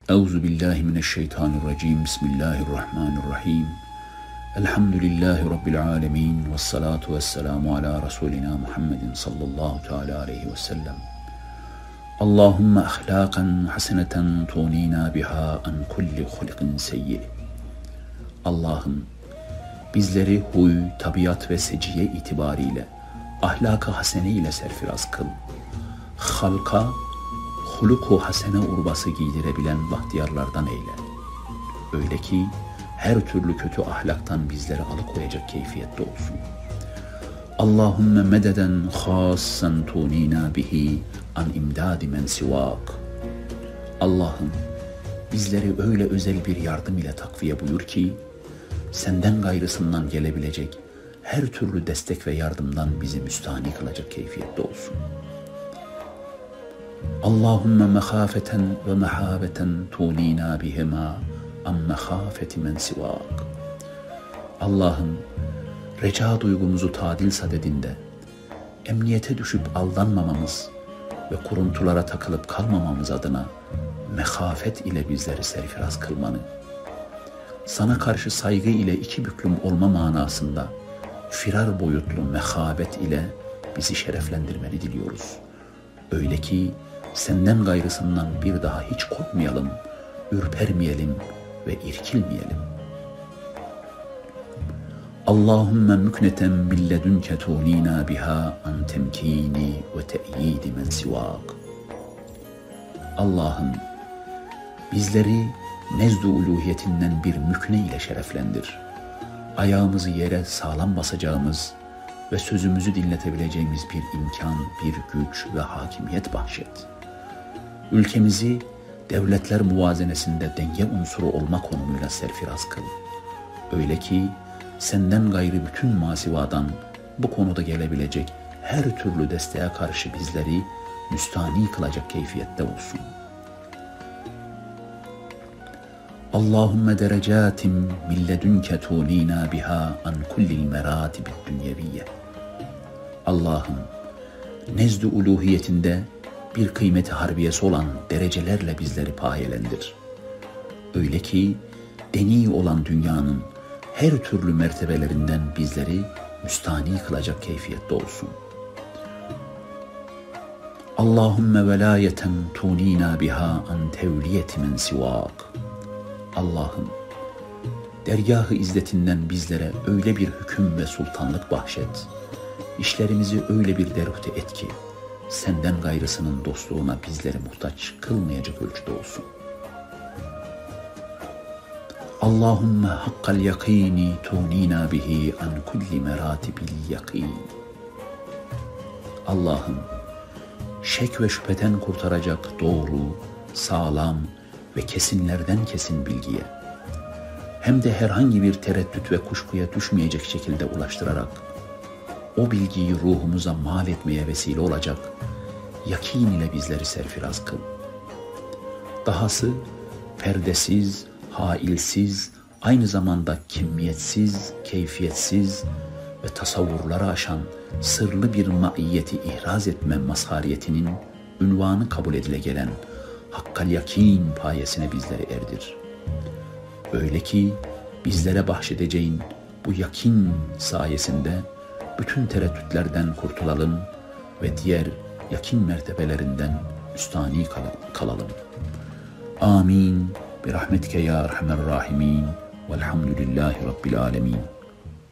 Euzu billahi mineşşeytanirracim. Bismillahirrahmanirrahim. Elhamdülillahi Rabbil alemin. Vessalatu vesselamu ala Resulina Muhammedin sallallahu teala aleyhi ve sellem. Allahümme ahlakan haseneten tunina biha an kulli hulikin seyyi. Allah'ım bizleri huy, tabiat ve seciye itibariyle ahlak-ı hasene ile serfiraz kıl. Halka huluk-u hasene urbası giydirebilen bahtiyarlardan eyle. Öyle ki her türlü kötü ahlaktan bizleri alıkoyacak keyfiyette olsun. Allahümme mededen khassan tunina bihi an imdadi men sivak. Allah'ım bizleri öyle özel bir yardım ile takviye buyur ki senden gayrısından gelebilecek her türlü destek ve yardımdan bizi müstahni kılacak keyfiyette olsun. Allahümme mehafeten ve mehabeten tunina bihima an mehafeti men sivak. Allah'ım reca duygumuzu tadil sadedinde emniyete düşüp aldanmamamız ve kuruntulara takılıp kalmamamız adına mehafet ile bizleri serfiraz kılmanı, sana karşı saygı ile iki büklüm olma manasında firar boyutlu mehabet ile bizi şereflendirmeni diliyoruz. Öyle ki senden gayrısından bir daha hiç korkmayalım, ürpermeyelim ve irkilmeyelim. Allahümme mükneten billedünke tunina biha an temkini ve te'yidi men sivak. Allah'ım bizleri nezd-i uluhiyetinden bir mükne ile şereflendir. Ayağımızı yere sağlam basacağımız ve sözümüzü dinletebileceğimiz bir imkan, bir güç ve hakimiyet bahşet. Ülkemizi devletler muvazenesinde denge unsuru olma konumuyla serfiraz kıl. Öyle ki senden gayrı bütün masivadan bu konuda gelebilecek her türlü desteğe karşı bizleri müstahni kılacak keyfiyette olsun. Allahümme derecatim milledünke tunina biha an kullil meratibid dünyeviyye. Allah'ım nezd-i uluhiyetinde bir kıymeti harbiyesi olan derecelerle bizleri payelendir. Öyle ki deni olan dünyanın her türlü mertebelerinden bizleri müstahni kılacak keyfiyette olsun. Allahümme velayeten tunina biha an tevliyeti men sivak. Allah'ım dergâh-ı izzetinden bizlere öyle bir hüküm ve sultanlık bahşet, işlerimizi öyle bir derhute et ki senden gayrısının dostluğuna bizleri muhtaç kılmayacak ölçüde olsun. Allahümme hakkal yakini tunina bihi an kulli meratibil yakin. Allah'ım şek ve şüpheden kurtaracak doğru, sağlam ve kesinlerden kesin bilgiye, hem de herhangi bir tereddüt ve kuşkuya düşmeyecek şekilde ulaştırarak o bilgiyi ruhumuza mal etmeye vesile olacak yakin ile bizleri serfiraz kıl. Dahası perdesiz, hailsiz, aynı zamanda kimmiyetsiz, keyfiyetsiz ve tasavvurları aşan sırlı bir maiyeti ihraz etme mazhariyetinin ünvanı kabul edile gelen hakkal yakin payesine bizleri erdir. Öyle ki bizlere bahşedeceğin bu yakin sayesinde bütün tereddütlerden kurtulalım ve diğer yakin mertebelerinden müstahni kalalım. Amin. Birahmetike ya erhamer rahimin. Velhamdülillahi Rabbil alemin.